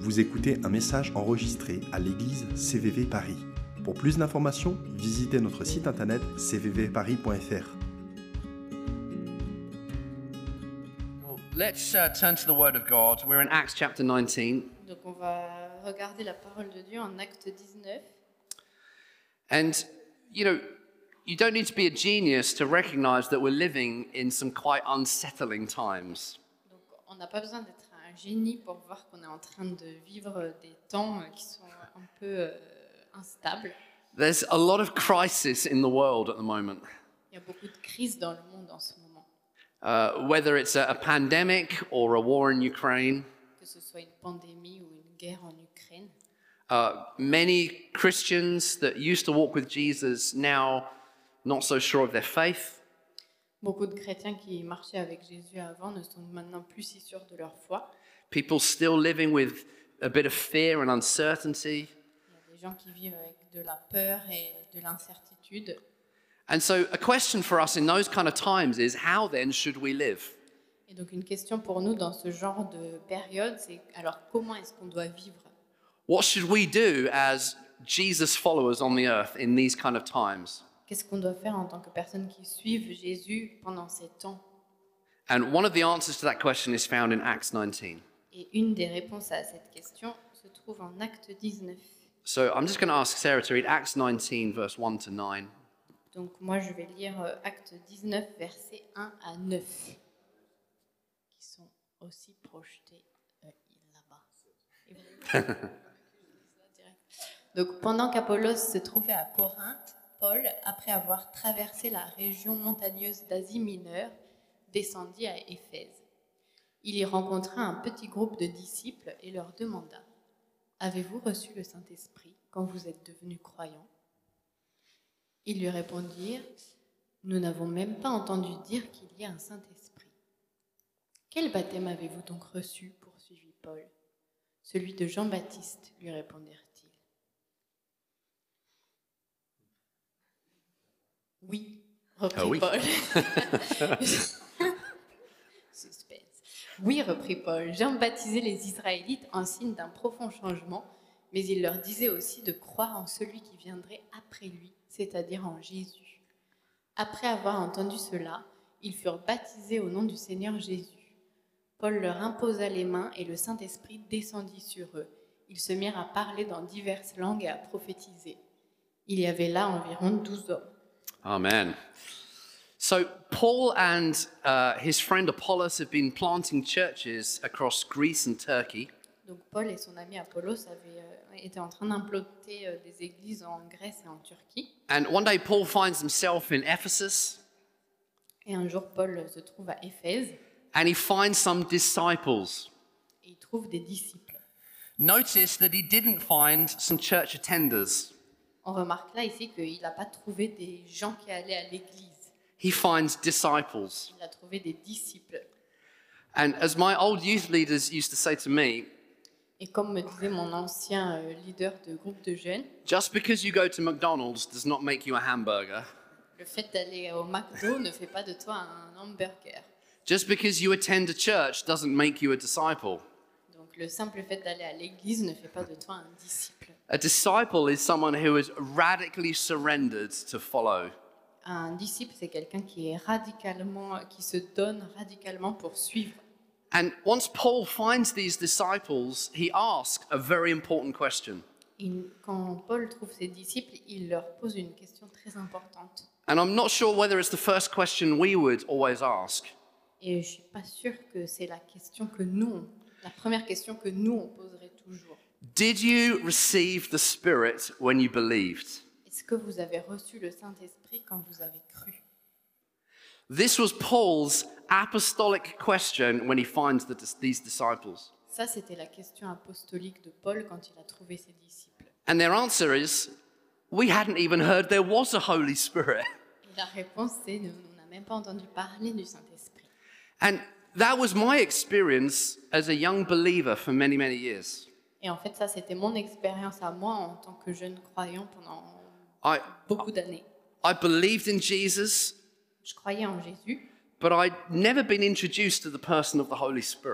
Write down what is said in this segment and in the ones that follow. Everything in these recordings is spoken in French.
Vous écoutez un message enregistré à l'église CVV Paris. Pour plus d'informations, visitez notre site internet cvvparis.fr. Let's turn to the Word of God. We're in Acts chapter 19. Donc on va regarder la parole de Dieu en Acte 19. And, you don't need to be a genius to recognize that we're living in some quite unsettling times. Donc on n'a pas besoin d'être un génie pour voir qu'on est en train de vivre des temps qui sont un peu instables. There's a lot of crisis in the world at the moment. Il y a beaucoup de crises dans le monde en ce moment. Whether it's a pandemic or a war in Ukraine, Que ce soit une pandémie ou une guerre en Ukraine. many Christians that used to walk with Jesus now not so sure of their faith. Beaucoup de chrétiens qui marchaient avec Jésus avant ne sont maintenant plus si sûrs de leur foi. People still living with a bit of fear and uncertainty. Il y a des gens qui vivent avec de la peur et de l'incertitude. And so a question for us in those kind of times is, how then should we live? Et donc une question pour nous dans ce genre de période, c'est alors comment est-ce qu'on doit vivre? What should we do as Jesus followers on the earth in these kind of times? Qu'est-ce qu'on doit faire en tant que personnes qui suivent Jésus pendant ces temps? And one of the answers to that question is found in Acts 19. Et une des réponses à cette question se trouve en Acte 19. So I'm just going to ask Sarah to read Acts 19, verse 1 to 9. Donc moi je vais lire Acte 19, versets 1 à 9, qui sont aussi projetés là-bas. Donc pendant qu'Apollos se trouvait à Corinthe, Paul, après avoir traversé la région montagneuse d'Asie mineure, descendit à Éphèse. Il y rencontra un petit groupe de disciples et leur demanda : « Avez-vous reçu le Saint-Esprit quand vous êtes devenus croyants ?» Ils lui répondirent : « Nous n'avons même pas entendu dire qu'il y a un Saint-Esprit. »« Quel baptême avez-vous donc reçu ?» poursuivit Paul. « Celui de Jean-Baptiste, » lui répondirent-ils. « Oui, » reprit oui. Paul. Suspense. « Oui, » reprit Paul, « Jean baptisait les Israélites en signe d'un profond changement, mais il leur disait aussi de croire en celui qui viendrait après lui, c'est-à-dire en Jésus. Après avoir entendu cela, ils furent baptisés au nom du Seigneur Jésus. Paul leur imposa les mains et le Saint-Esprit descendit sur eux. Ils se mirent à parler dans diverses langues et à prophétiser. Il y avait là environ 12 hommes. Amen. So Paul and his friend Apollos have been planting churches across Greece and Turkey. Donc Paul et son ami Apollos étaient en train d'implanter des églises en Grèce et en Turquie. And one day Paul finds himself in Ephesus. Et un jour, Paul se trouve à Éphèse. And he finds some disciples. Et il trouve des disciples. Notice that he didn't find some church attenders. On remarque là ici qu'il n'a pas trouvé des gens qui allaient à l'église. He finds disciples. Il a trouvé des disciples. And as my old youth leaders used to say to me, Et comme me disait mon ancien leader de groupe de jeunes, just because you go to McDonald's does not make you a hamburger. le fait d'aller au McDo ne fait pas de toi un hamburger. Just because you attend a church doesn't make you a disciple. Donc le simple fait d'aller à l'église ne fait pas de toi un disciple. A disciple is someone who is radically surrendered to follow. Un disciple, c'est quelqu'un qui se donne radicalement pour suivre. And once Paul finds these disciples, he asks a very important question. Et quand Paul trouve ses disciples, il leur pose une question très importante. And I'm not sure whether it's the first question we would always ask. Et je suis pas sûre que c'est la première question que nous on poserait toujours. Did you receive the Spirit when you believed? Est-ce que vous avez reçu le Saint-Esprit quand vous avez cru? This was Paul's apostolic question when he finds these disciples. Ça, c'était la question apostolique de Paul quand il a trouvé ses disciples. And their answer is, we hadn't even heard there was a Holy Spirit. Et la réponse, c'est on n'a même pas entendu parler du Saint-Esprit. And that was my experience as a young believer for many, many years. Et en fait, ça, c'était mon expérience à moi en tant que jeune croyant pendant beaucoup d'années. I believed in Jesus. Je croyais en Jésus, But I'd never been introduced to the person of the Holy Spirit.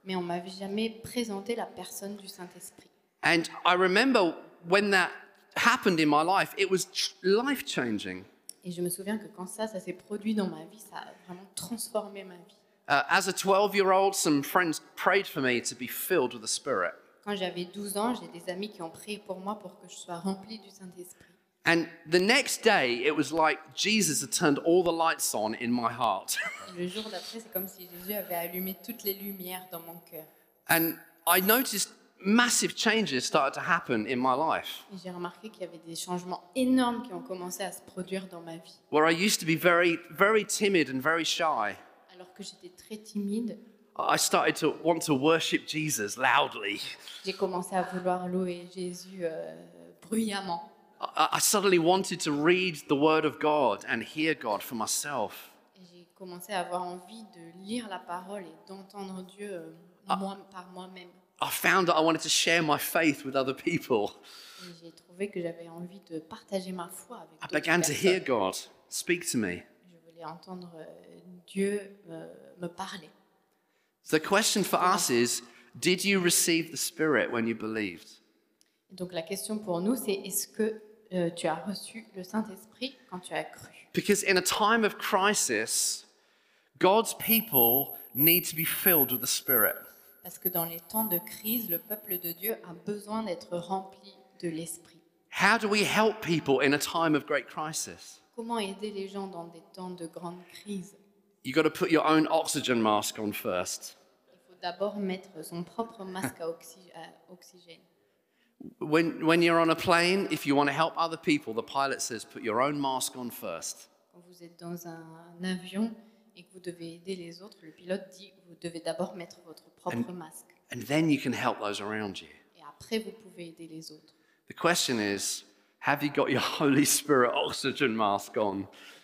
mais on m'avait jamais présenté la personne du Saint-Esprit. And I remember when that happened in my life, it was life-changing. Et je me souviens que quand ça s'est produit dans ma vie, ça a vraiment transformé ma vie. As a 12-year-old, some friends prayed for me to be filled with the Spirit. Quand j'avais 12 ans, j'ai des amis qui ont prié pour moi pour que je sois remplie du Saint-Esprit. And the next day, it was like Jesus had turned all the lights on in my heart. Et le jour d'après, c'est comme si Jésus avait allumé toutes les lumières dans mon cœur. And I noticed massive changes started to happen in my life. Et j'ai remarqué qu'il y avait des changements énormes qui ont commencé à se produire dans ma vie. Where I used to be very, very timid and very shy, Alors que j'étais très timide, I started to want to worship Jesus loudly. j'ai commencé à vouloir louer Jésus bruyamment. I suddenly wanted to read the Word of God and hear God for myself. Et j'ai commencé à avoir envie de lire la parole et d'entendre Dieu par moi-même. I found that I wanted to share my faith with other people. Et j'ai trouvé que j'avais envie de partager ma foi avec I d'autres began to hear personnes. God speak to me. Je voulais entendre Dieu me parler. The question for us is, did you receive the Spirit when you believed? Et donc la question pour nous, c'est est-ce que tu as reçu le Saint-Esprit quand tu as cru? Because in a time of crisis, God's people need to be filled with the Spirit. Parce que dans les temps de crise, le peuple de Dieu a besoin d'être rempli de l'Esprit. How do we help people in a time of great crisis? Comment aider les gens dans des temps de grande crise? You've got to put your own oxygen mask on first. Il faut d'abord mettre son propre masque à oxygène. When you're on a plane, if you want to help other people, the pilot says, put your own mask on first. Quand vous êtes dans un avion et que vous devez aider les autres, le pilote dit vous devez d'abord mettre votre propre masque. And then you can help those around you. Et après, vous pouvez aider les autres. The question is, have you got your Holy Spirit oxygen mask on?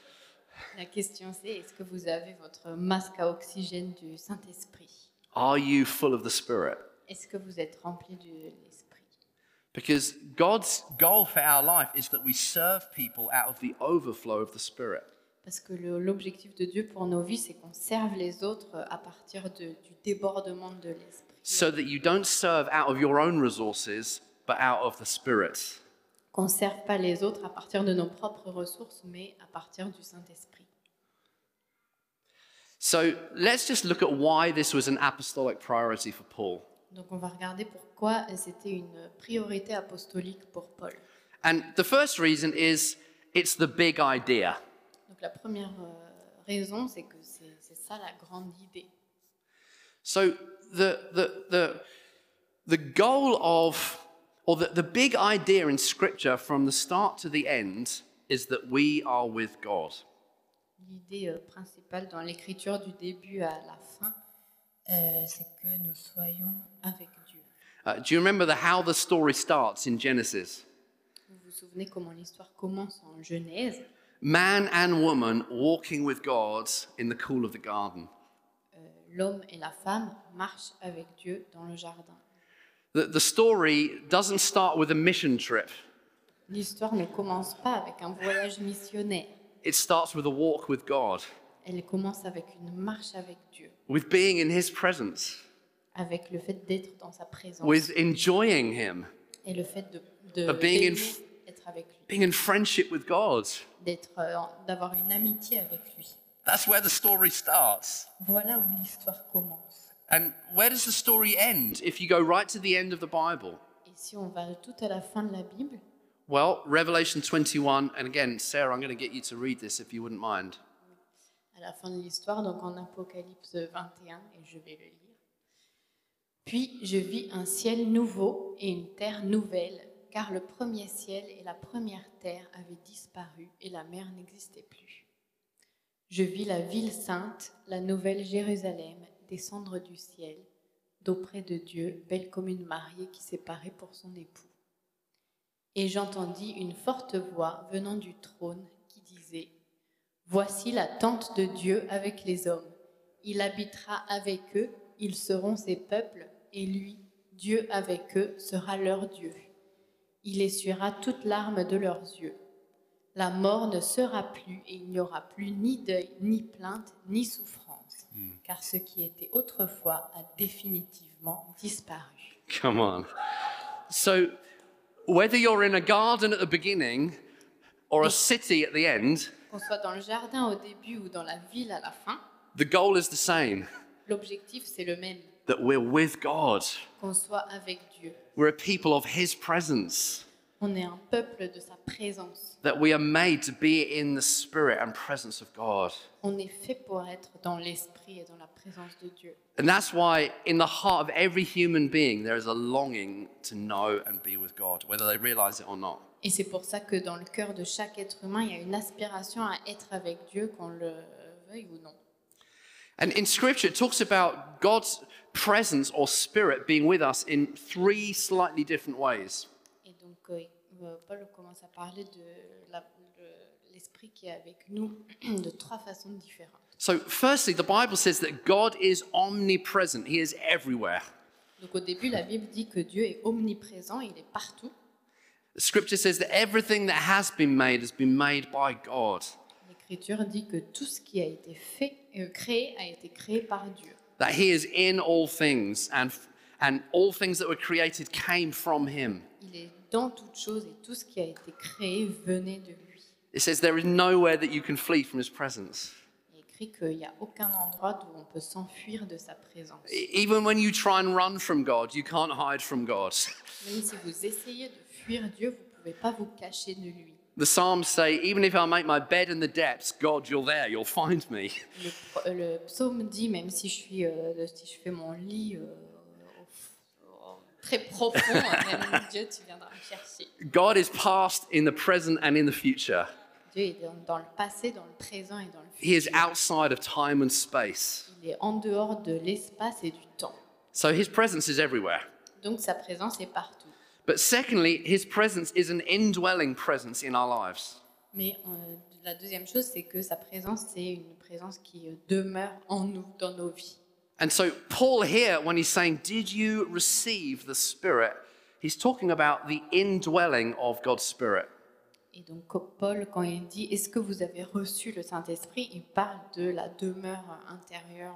La question c'est, est-ce que vous avez votre masque à oxygène du Saint-Esprit? Are you full of the Spirit? Est-ce que vous êtes rempli de l'Esprit? Because God's goal for our life is that we serve people out of the overflow of the Spirit. Parce que l'objectif de Dieu pour nos vies, c'est qu'on serve les autres à partir du débordement de l'Esprit. So that you don't serve out of your own resources, but out of the Spirit. Qu'on ne serve pas les autres à partir de nos propres ressources, mais à partir du Saint-Esprit. So let's just look at why this was an apostolic priority for Paul. Donc on va regarder pourquoi c'était une priorité apostolique pour Paul. And the first reason is it's the big idea. Donc la première raison, c'est que c'est ça la grande idée. So the goal of, or the big idea in Scripture from the start to the end is that we are with God. L'idée principale dans l'écriture du début à la fin, c'est que nous soyons avec Dieu. Do you remember how the story starts in Genesis? Vous vous souvenez comment l'histoire commence en Genèse? Man and woman walking with God in the cool of the garden. L'homme et la femme marchent avec Dieu dans le jardin. The story doesn't start with a mission trip. L'histoire ne commence pas avec un voyage missionnaire. It starts with a walk with God, Elle commence avec une marche avec Dieu, with being in His presence, avec le fait d'être dans sa présence with enjoying Him, et le fait of being in, d'être avec lui, being in friendship with God. d'avoir une amitié avec lui. That's where the story starts. Voilà où l'histoire commence. And where does the story end if you go right to the end of the Bible? Et si on va tout à la fin de la Bible, Well, Revelation 21, and again, Sarah, I'm going to get you to read this if you wouldn't mind. à la fin de l'histoire, donc en Apocalypse 21, et je vais le lire. Puis je vis un ciel nouveau et une terre nouvelle, car le premier ciel et la première terre avaient disparu et la mer n'existait plus. Je vis la ville sainte, la nouvelle Jérusalem, descendre du ciel, d'auprès de Dieu, belle comme une mariée qui s'est parée pour son époux. Et j'entendis une forte voix venant du trône qui disait « Voici la tente de Dieu avec les hommes. Il habitera avec eux, ils seront ses peuples, et lui, Dieu avec eux, sera leur Dieu. Il essuiera toute larme de leurs yeux. La mort ne sera plus, et il n'y aura plus ni deuil, ni plainte, ni souffrance. » car ce qui était autrefois a définitivement disparu. Come on. So, whether you're in a garden at the beginning or a city at the end, Qu'on soit dans le jardin au début ou dans la ville à la fin, the goal is the same, l'objectif c'est le même, that we're with God. qu'on soit avec Dieu. We're a people of His presence, On est un peuple de sa présence. that we are made to be in the spirit and presence of God. On est fait pour être dans l'esprit et dans la présence de Dieu. And that's why in the heart of every human being, there is a longing to know and be with God, whether they realize it or not. Et c'est pour ça que dans le cœur de chaque être humain, il y a une aspiration à être avec Dieu, qu'on le veuille ou non. And in Scripture, it talks about God's presence or spirit being with us in three slightly different ways. Et donc, Paul commence à parler de l'esprit qui est avec nous de trois façons différentes. So, firstly, the Bible says that God is omnipresent, He is everywhere. Donc, au début, la Bible dit que Dieu est omniprésent, il est partout. The Scripture says that everything that has been made by God. L'Écriture dit que tout ce qui a été créé a été créé par Dieu. That He is in all things, and all things that were created came from Him. Il est dans toutes choses et tout ce qui a été créé venait de lui. It says there is nowhere that you can flee from His presence. Il est écrit qu'il n'y a aucun endroit où on peut s'enfuir de sa présence. Even when you try and run from God, you can't hide from God. Même si vous essayez de fuir Dieu, vous ne pouvez pas vous cacher de lui. The Psalms say, even if I make my bed in the depths, God, you're there, you'll find me. Le psaume dit, même si je fais mon lit très profond, même Dieu, tu viendras me chercher. God is past, in the present, and in the future. Dieu est dans le passé, dans le présent et dans le He is futur. outside of time and space. Il est en dehors de l'espace et du temps. So His presence is everywhere. Donc sa présence est partout. But secondly, His presence is an indwelling presence in our lives. Mais la deuxième chose, c'est que sa présence, c'est une présence qui demeure en nous, dans nos vies. And so Paul here, when he's saying, did you receive the Spirit? He's talking about the indwelling of God's Spirit. Et donc Paul, quand il dit « Est-ce que vous avez reçu le Saint-Esprit ?», il parle de la demeure intérieure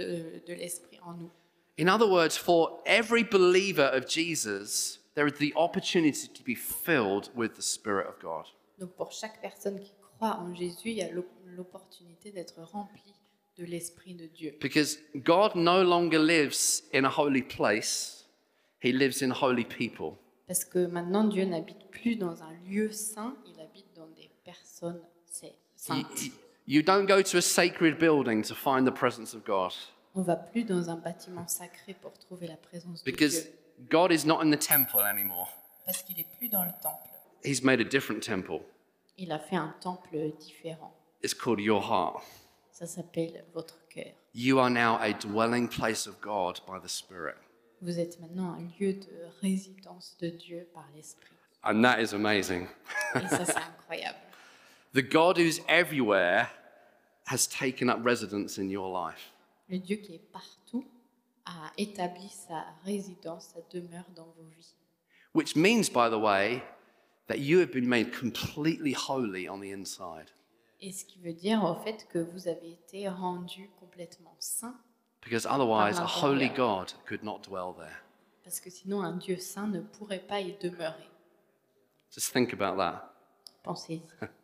de l'Esprit en nous. In other words, for every believer of Jesus, there is the opportunity to be filled with the Spirit of God. Donc pour chaque personne qui croit en Jésus, il y a l'opportunité d'être rempli de l'Esprit de Dieu. Because God no longer lives in a holy place, He lives in holy people. Parce que maintenant, Dieu n'habite plus dans un lieu saint, il habite dans des personnes saintes. You don't go to a sacred building to find the presence of God. On ne va plus dans un bâtiment sacré pour trouver la présence de Because Dieu. God is not in the temple anymore. Parce qu'il n'est plus dans le temple. He's made a different temple. Il a fait un temple différent. It's called your heart. Ça s'appelle votre cœur. You are now a dwelling place of God by the Spirit. Vous êtes maintenant un lieu de résidence de Dieu par l'Esprit. And that is amazing. Et ça, c'est incroyable. The God who's everywhere has taken up residence in your life. Le Dieu qui est partout a établi sa résidence, sa demeure dans vos vies. Which means, by the way, that you have been made completely holy on the inside. Et ce qui veut dire au fait que vous avez été rendu complètement saint, Because otherwise, a holy God could not dwell there. parce que sinon un Dieu saint ne pourrait pas y demeurer. Just think about that. Pensez-y.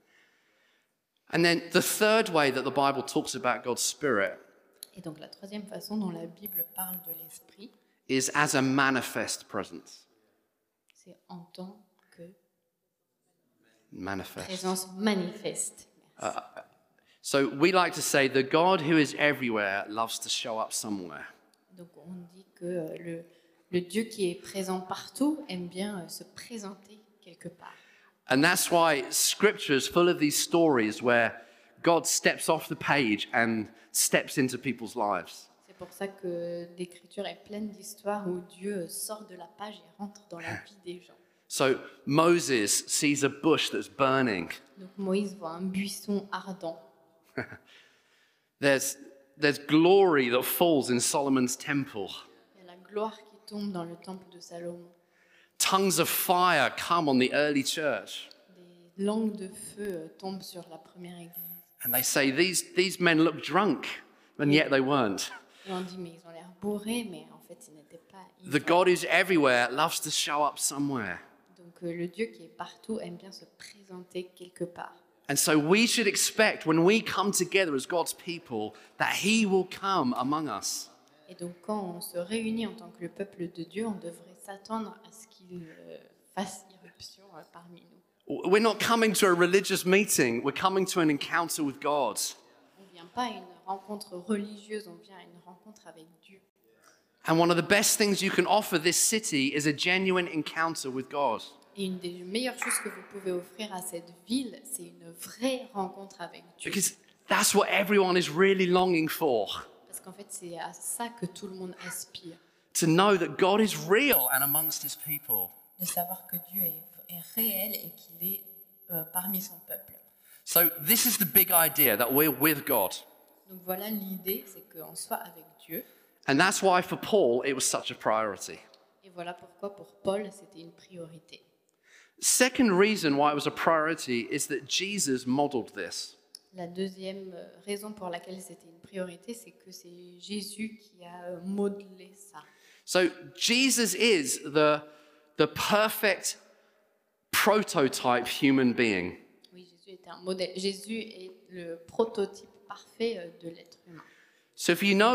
And then the third way that the Bible talks about God's Spirit Et donc la troisième façon dont la Bible parle de l'Esprit, is as a manifest presence. c'est en tant que Manifest. présence manifeste. Merci. So we like to say the God who is everywhere loves to show up somewhere. Donc on dit que le Dieu qui est présent partout aime bien se présenter quelque part. And that's why Scripture is full of these stories where God steps off the page and steps into people's lives. C'est pour ça que l'Écriture est pleine d'histoires où Dieu sort de la page et rentre dans la vie des gens. So Moses sees a bush that's burning. Donc Moïse voit un buisson ardent. There's glory that falls in Solomon's temple. Il y a la gloire qui tombe dans le temple de Salomon. Tongues of fire come on the early church. Des langues de feu tombent sur la première église. And they say, these men look drunk. and yet they weren't. Et on dit, mais ils ont l'air bourrés, mais en fait, ils n'étaient pas The ivres. God who's everywhere loves to show up somewhere. Donc le Dieu qui est partout aime bien se présenter quelque part. And so we should expect when we come together as God's people that He will come among us. Et donc quand on se réunit en tant que le peuple de Dieu, on devrait s'attendre à ce qu'il fasse irruption parmi nous. We're not coming to a religious meeting, we're coming to an encounter with God. On ne vient pas à une rencontre religieuse, on vient à une rencontre avec Dieu. And one of the best things you can offer this city is a genuine encounter with God. Et une des meilleures choses que vous pouvez offrir à cette ville, c'est une vraie rencontre avec Dieu. Because that's what everyone is really longing for. Parce qu'en fait, c'est à ça que tout le monde aspire. To know that God is real and amongst His people. De savoir que Dieu est réel et qu'il est parmi son peuple. So this is the big idea, that we're with God. Donc voilà, l'idée, c'est qu'on soit avec Dieu. And that's why for Paul it was such a priority. Et voilà pourquoi pour Paul, c'était une priorité. Second reason why it was a priority is that Jesus modeled this. La deuxième raison pour laquelle c'était une priorité, c'est que c'est Jésus qui a modelé ça. So Jesus is the perfect prototype human being. Oui, Jésus était un modèle. Jésus est le prototype parfait de l'être humain. So if you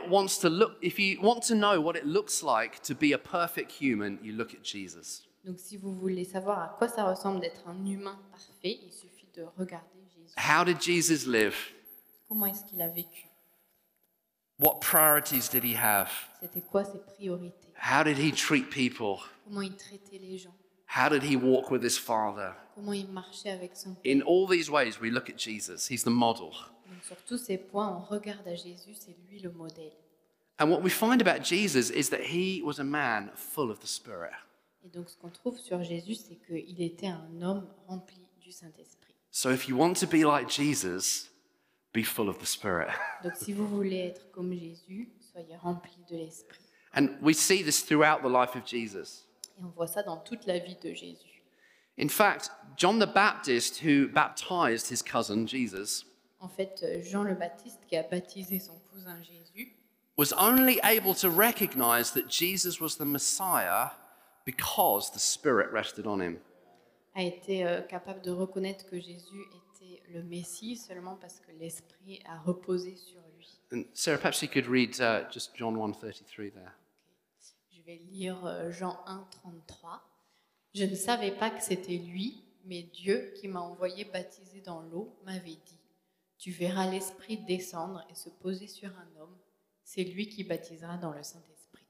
want to know what it looks like to be a perfect human, you look at Jesus. Donc si vous voulez savoir à quoi ça ressemble d'être un humain parfait, il suffit de regarder Jésus. How did Jesus live? Comment est-ce qu'il a vécu? What priorities did he have? C'était quoi ses priorités? How did he treat people? Comment il traitait les gens? How did he walk with his Father? Comment il marchait avec son In Père? all these ways, we look at Jesus. He's the model. Donc sur tous ces points, on regarde à Jésus, c'est lui le modèle. And what we find about Jesus is that he was a man full of the Spirit. Et donc ce qu'on trouve sur Jésus, c'est qu'il était un homme rempli du Saint-Esprit. So if you want to be like Jesus, be full of the Spirit. Donc si vous voulez être comme Jésus, soyez remplis de l'Esprit. And we see this throughout the life of Jesus. Et on voit ça dans toute la vie de Jésus. In fact, John the Baptist, who baptized his cousin Jesus, En fait, Jean le Baptiste, qui a baptisé son cousin Jésus, was only able to recognize that Jesus was the Messiah because the Spirit rested on him. a été capable de reconnaître que Jésus était le Messie seulement parce que l'Esprit a reposé sur lui. And Sarah, perhaps you could read just John 1:33 there. Je vais lire Jean 1, 33. « Je ne savais pas que c'était lui, mais Dieu qui m'a envoyé baptiser dans l'eau m'avait dit « Tu verras l'Esprit descendre et se poser sur un homme. C'est lui qui baptisera dans le Saint-Esprit.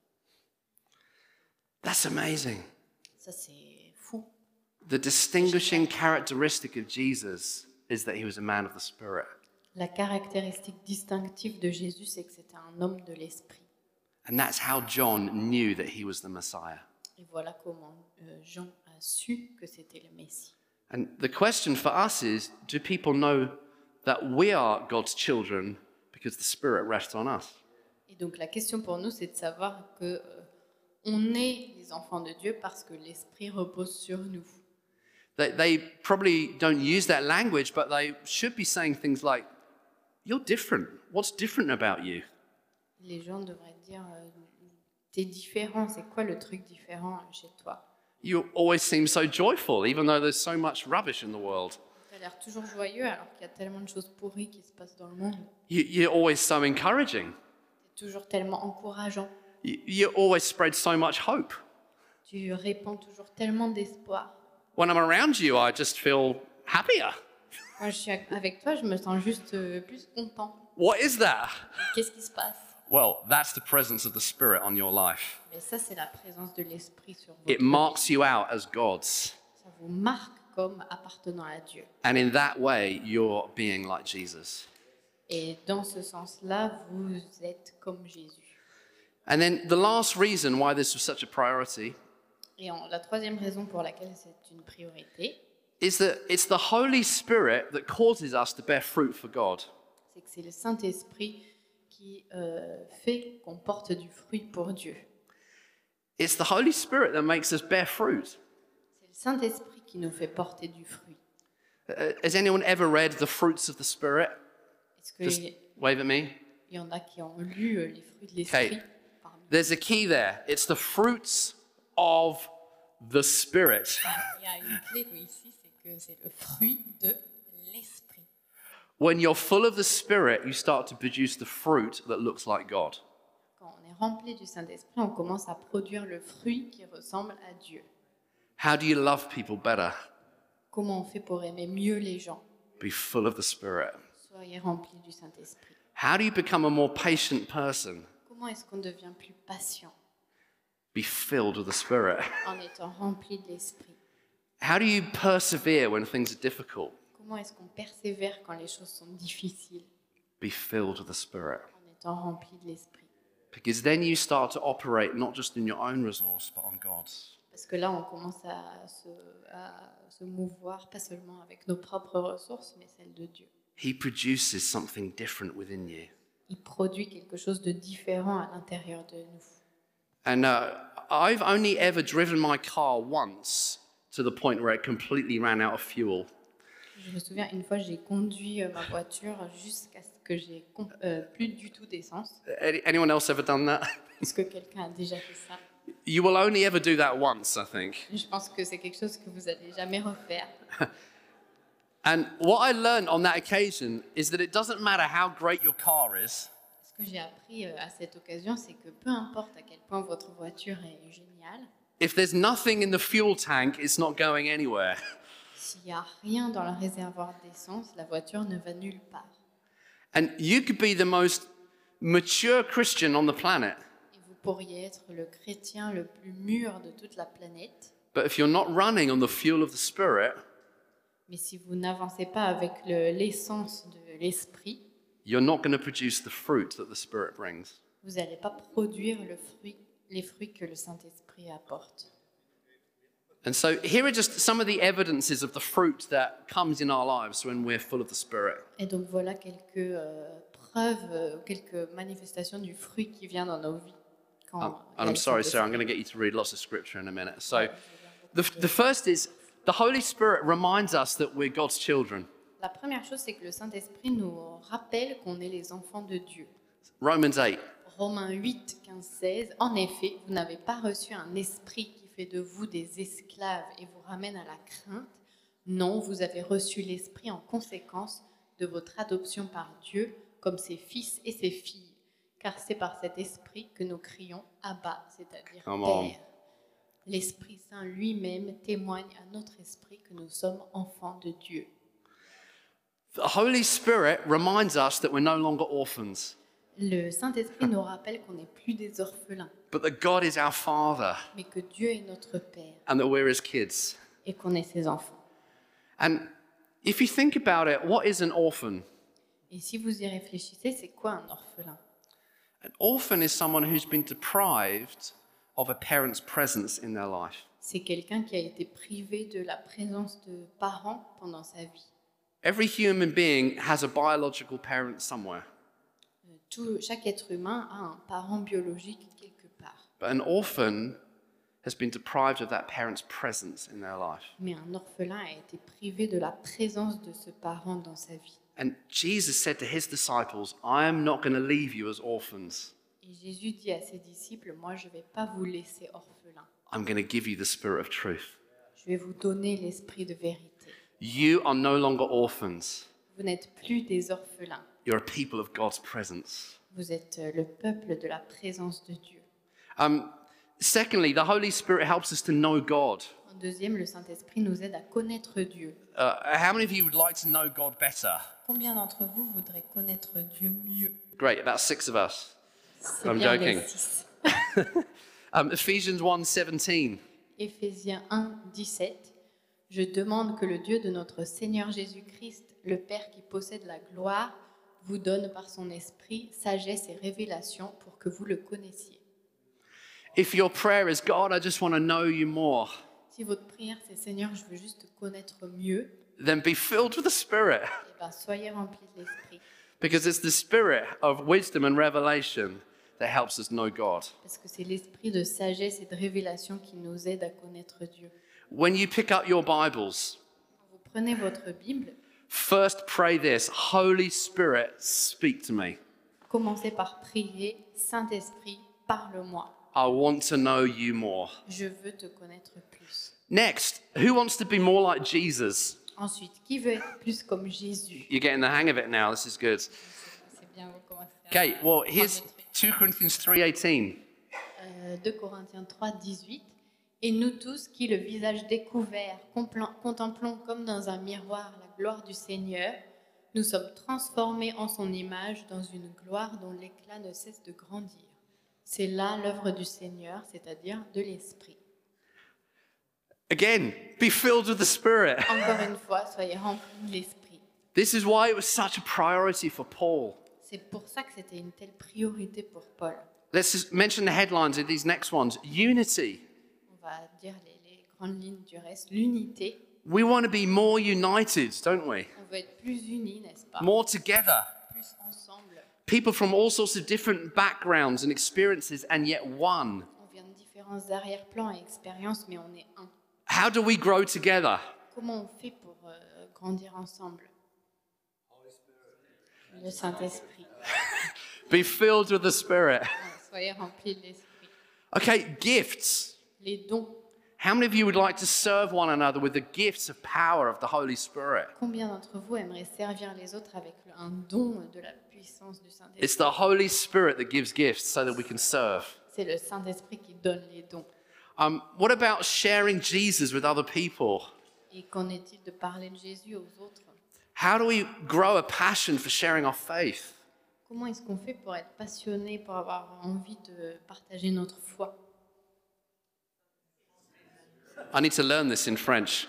That's amazing. » Ça, c'est fou. The distinguishing characteristic of Jesus is that he was a man of the Spirit. La caractéristique distinctive de Jésus, c'est que c'était un homme de l'Esprit. And that's how John knew that he was the Messiah. Et voilà comment Jean a su que c'était le Messie. And the question for us is, do people know that we are God's children because the Spirit rests on us? Et donc la question pour nous, c'est de savoir que on est les enfants de Dieu parce que l'Esprit repose sur nous. They probably don't use that language, but they should be saying things like, you're different. What's different about you? Les gens devraient dire t'es différent, c'est quoi le truc différent chez toi? You always seem so joyful, even though there's so much rubbish in the world. Tu as l'air toujours joyeux alors qu'il y a tellement de choses pourries qui se passent dans le monde. You're always so encouraging. Tu es toujours tellement encourageant. You always spread so much hope. Tu répands toujours tellement d'espoir. When I'm around you, I just feel happier. Quand je suis avec toi, je me sens juste plus content. What is that? Qu'est-ce qui se passe? Well, that's the presence of the Spirit on your life. Mais ça, c'est la présence de l'Esprit sur votre It vie. marks you out as God's. Ça vous marque comme appartenant à Dieu. And in that way, you're being like Jesus. Et dans ce sens-là, vous êtes comme Jésus. And then the last reason why this was such a priority Et la troisième raison pour laquelle c'est une priorité, is that it's the Holy Spirit that causes us to bear fruit for God. c'est que c'est le Saint-Esprit qui fait qu'on porte du fruit pour Dieu. It's the Holy Spirit that makes us bear fruit. C'est le Saint-Esprit qui nous fait porter du fruit. Has anyone ever read The Fruits of the Spirit? Est-ce Just qu'il wave at me. Il y en a qui ont lu les fruits de l'esprit. Okay. Parmi- There's a key there. It's the fruits of the Spirit. Il y a une clé ici, c'est que c'est le fruit de l'esprit. When you're full of the Spirit, you start to produce the fruit that looks like God. Quand on est rempli du Saint-Esprit, on commence à produire le fruit qui ressemble à Dieu. How do you love people better? Comment on fait pour aimer mieux les gens? Be full of the Spirit. Soyez remplis du Saint-Esprit. How do you become a more patient person? Comment est-ce qu'on devient plus patient Be filled with the Spirit. en étant rempli de l'Esprit? How do you persevere when things are difficult? Comment est-ce qu'on persévère quand les choses sont difficiles Be filled with the Spirit. en étant rempli de l'Esprit? Because then you start to operate not just in your own resource, but on God's. Parce que là, on commence à se mouvoir, pas seulement avec nos propres ressources, mais celles de Dieu. He produces something different within you. Il produit quelque chose de différent à l'intérieur de nous. And I've only ever driven my car once to the point where it completely ran out of fuel. Je me souviens, une fois, j'ai conduit ma voiture jusqu'à ce que j'ai plus du tout d'essence. Anyone else ever done that? Est-ce que quelqu'un a déjà fait ça? You will only ever do that once, I think. Je pense que c'est quelque chose que vous n'allez jamais refaire. And what I learned on that occasion is that it doesn't matter how great your car is, Ce que j'ai appris à cette occasion, c'est que peu importe à quel point votre voiture est géniale, if there's nothing in the fuel tank, it's not going anywhere. s'il n'y a rien dans le réservoir d'essence, la voiture ne va nulle part. And you could be the most mature Christian on the planet, Et vous pourriez être le chrétien le plus mûr de toute la planète, but if you're not running on the fuel of the Spirit, mais si vous n'avancez pas avec l'essence de l'esprit, you're not going to produce the fruit that the Spirit brings. vous n'allez pas produire les fruits que le Saint-Esprit apporte. And so here are just some of the evidences of the fruit that comes in our lives when we're full of the Spirit. Et donc voilà quelques preuves, quelques manifestations du fruit qui vient dans nos vies. Quand il y a And le I'm sorry, Sarah, I'm Saint-Esprit. going to get you to read lots of scripture in a minute. So the first is the Holy Spirit reminds us that we're God's children. La première chose, c'est que le Saint-Esprit nous rappelle qu'on est les enfants de Dieu. Romans 8. Romains 8, 15, 16. En effet, vous n'avez pas reçu un esprit qui fait de vous des esclaves et vous ramène à la crainte. Non, vous avez reçu l'esprit en conséquence de votre adoption par Dieu comme ses fils et ses filles. Car c'est par cet esprit que nous crions Abba, c'est-à-dire Come on. Père. L'Esprit Saint lui-même témoigne à notre esprit que nous sommes enfants de Dieu. The Holy Spirit reminds us that we're no longer orphans, Le Saint-Esprit nous rappelle qu'on n'est plus des orphelins, but that God is our Father mais que Dieu est notre Père and that we're His kids. et qu'on est ses enfants. And if you think about it, what is an orphan? Et si vous y réfléchissez, c'est quoi un orphelin? An orphan is someone who's been deprived of a parent's presence in their life. C'est quelqu'un qui a été privé de la présence de parents pendant sa vie. Every human being has a biological parent somewhere, Chaque être humain a un parent biologique quelque part. but an orphan has been deprived of that parent's presence in their life. Mais un orphelin a été privé de la présence de ce parent dans sa vie. And Jesus said to his disciples, I am not going to leave you as orphans. Et Jésus dit à ses disciples, moi je ne vais pas vous laisser orphelins. I'm going to give you the spirit of truth. Je vais vous donner l'esprit de vérité. You are no longer orphans. Vous n'êtes plus des orphelins. You're a people of God's presence. Vous êtes le peuple de la présence de Dieu. Secondly, the Holy Spirit helps us to know God. En deuxième, le Saint-Esprit nous aide à connaître Dieu. How many of you would like to know God better? Combien d'entre vous voudraient connaître Dieu mieux? Great, about 6 of us. C'est I'm bien joking. les 6. Ephesians 1:17. Éphésiens 1, 17. Je demande que le Dieu de notre Seigneur Jésus-Christ, le Père qui possède la gloire, vous donne par son esprit sagesse et révélation pour que vous le connaissiez. If your prayer is, God, I just want to know you more, Si votre prière c'est Seigneur, je veux juste te connaître mieux, then be filled with the Spirit. eh ben, soyez remplis de l'esprit. Because it's the spirit of wisdom and revelation that helps us know God. Parce que c'est l'esprit de sagesse et de révélation qui nous aide à connaître Dieu. When you pick up your Bibles, Quand vous prenez votre Bible, first pray this, Holy Spirit, speak to me. Commencez par prier, Saint-Esprit, parle-moi. I want to know you more. Je veux te connaître plus. Next, who wants to be more like Jesus? Ensuite, qui veut être plus comme Jésus? You're getting the hang of it now. This is good. C'est bien, vous commencez à Okay, well, here's prendre le truc. 2 Corinthians 3:18. 2 Corinthiens 3, 18. Et nous tous qui, le visage découvert, contemplons comme dans un miroir la gloire du Seigneur, nous sommes transformés en son image dans une gloire dont l'éclat ne cesse de grandir. C'est là l'œuvre du Seigneur, c'est-à-dire de l'Esprit. Again, be filled with the Spirit. Encore une fois, soyez remplis de l'Esprit. This is why it was such a priority for Paul. C'est pour ça que c'était une telle priorité pour Paul. Let's just mention the headlines of these next ones. Unity. On va dire les grandes lignes du reste. L'unité. We want to be more united, don't we? On veut être plus unis, n'est-ce pas? More together. Plus ensemble. People from all sorts of different backgrounds and experiences, and yet one. On vient de différents arrière-plans et expériences, mais on est un. How do we grow together? Comment on fait pour grandir ensemble? Le Saint-Esprit. Be filled with the Spirit. Soyez remplis de l'Esprit. Okay, gifts. Les dons. How many of you would like to serve one another with the gifts of power of the Holy Spirit? Combien d'entre vous aimeraient servir les autres avec un don de la puissance du It's Saint-Esprit? the Holy Spirit that gives gifts so that we can serve. C'est le Saint-Esprit qui donne les dons. What about sharing Jesus with other people? Et qu'en est-il de parler de Jésus aux autres? How do we grow a passion for sharing our faith? Comment est-ce qu'on fait pour être passionné, pour avoir envie de partager notre foi? I need to learn this in French.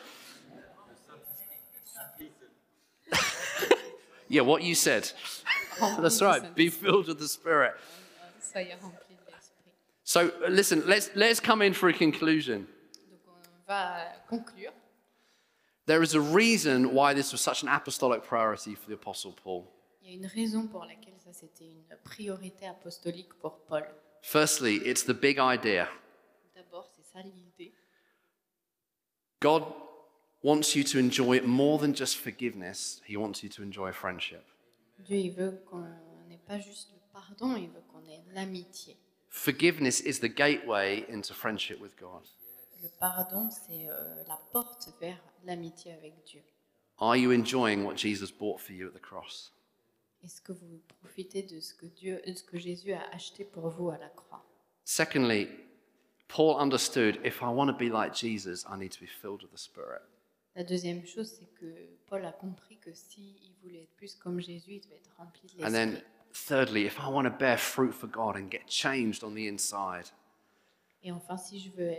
Yeah, what you said. That's right. Be filled with the Spirit. Soyez remplis de l'Esprit. So listen, let's come in for a conclusion. Donc on va conclure. There is a reason why this was such an apostolic priority for the Apostle Paul. Il y a une raison pour laquelle ça c'était une priorité apostolique pour Paul. Firstly, it's the big idea. D'abord, c'est ça l'idée. God wants you to enjoy more than just forgiveness. He wants you to enjoy friendship. Dieu, il veut qu'on n'ait pas juste le pardon, il veut qu'on ait l'amitié. Forgiveness is the gateway into friendship with God. Le pardon, c'est la porte vers l'amitié avec Dieu. Are you enjoying what Jesus bought for you at the cross? Est-ce que vous profitez de ce que Jésus a acheté pour vous à la croix? Secondly, Paul understood if I want to be like Jesus, I need to be filled with the Spirit. La deuxième chose, c'est que Paul a compris que s'il voulait être plus comme Jésus, il devait être rempli de And l'Esprit. then thirdly, if I want to bear fruit for God and get changed on the inside, Et enfin, si je veux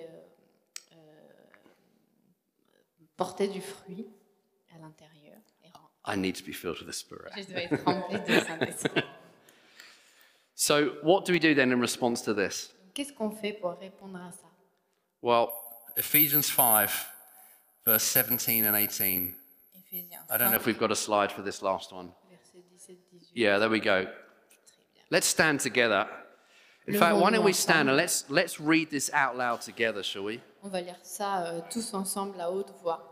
porter du fruit à l'intérieur, I need to be filled with the Spirit. je dois être rempli du Saint-Esprit. So what do we do then in response to this? Donc, qu'est-ce qu'on fait pour répondre à ça? Well, Ephesians 5, verse 17 and 18. Éphésiens I don't know if 5, we've got a slide for this last one. versets 17-18. Yeah, there we go. Très bien. Let's stand together. In fact, why don't we stand and Levons-nous let's read this out loud together, shall we? On va lire ça tous ensemble à haute voix.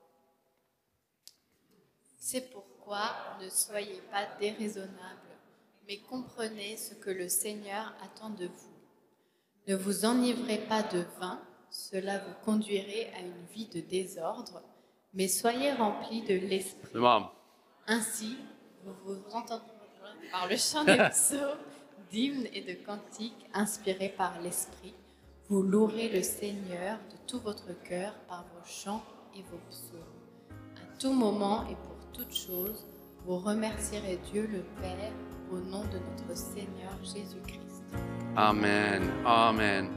C'est pourquoi ne soyez pas déraisonnables, mais comprenez ce que le Seigneur attend de vous. Ne vous enivrez pas de vin, cela vous conduirait à une vie de désordre, mais soyez remplis de l'Esprit. Mom. Ainsi, vous vous entendrez par le chant des psaumes, d'hymnes et de cantiques inspirés par l'Esprit. Vous louerez le Seigneur de tout votre cœur par vos chants et vos psaumes. À tout moment et pour toute chose, vous remercierez Dieu le Père au nom de notre Seigneur Jésus-Christ. Amen. Amen.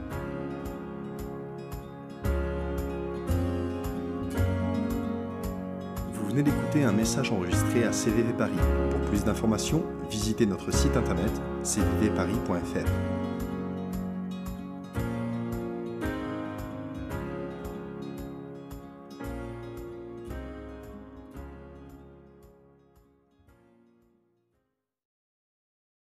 Vous venez d'écouter un message enregistré à CVV Paris. Pour plus d'informations, visitez notre site internet cvvparis.fr.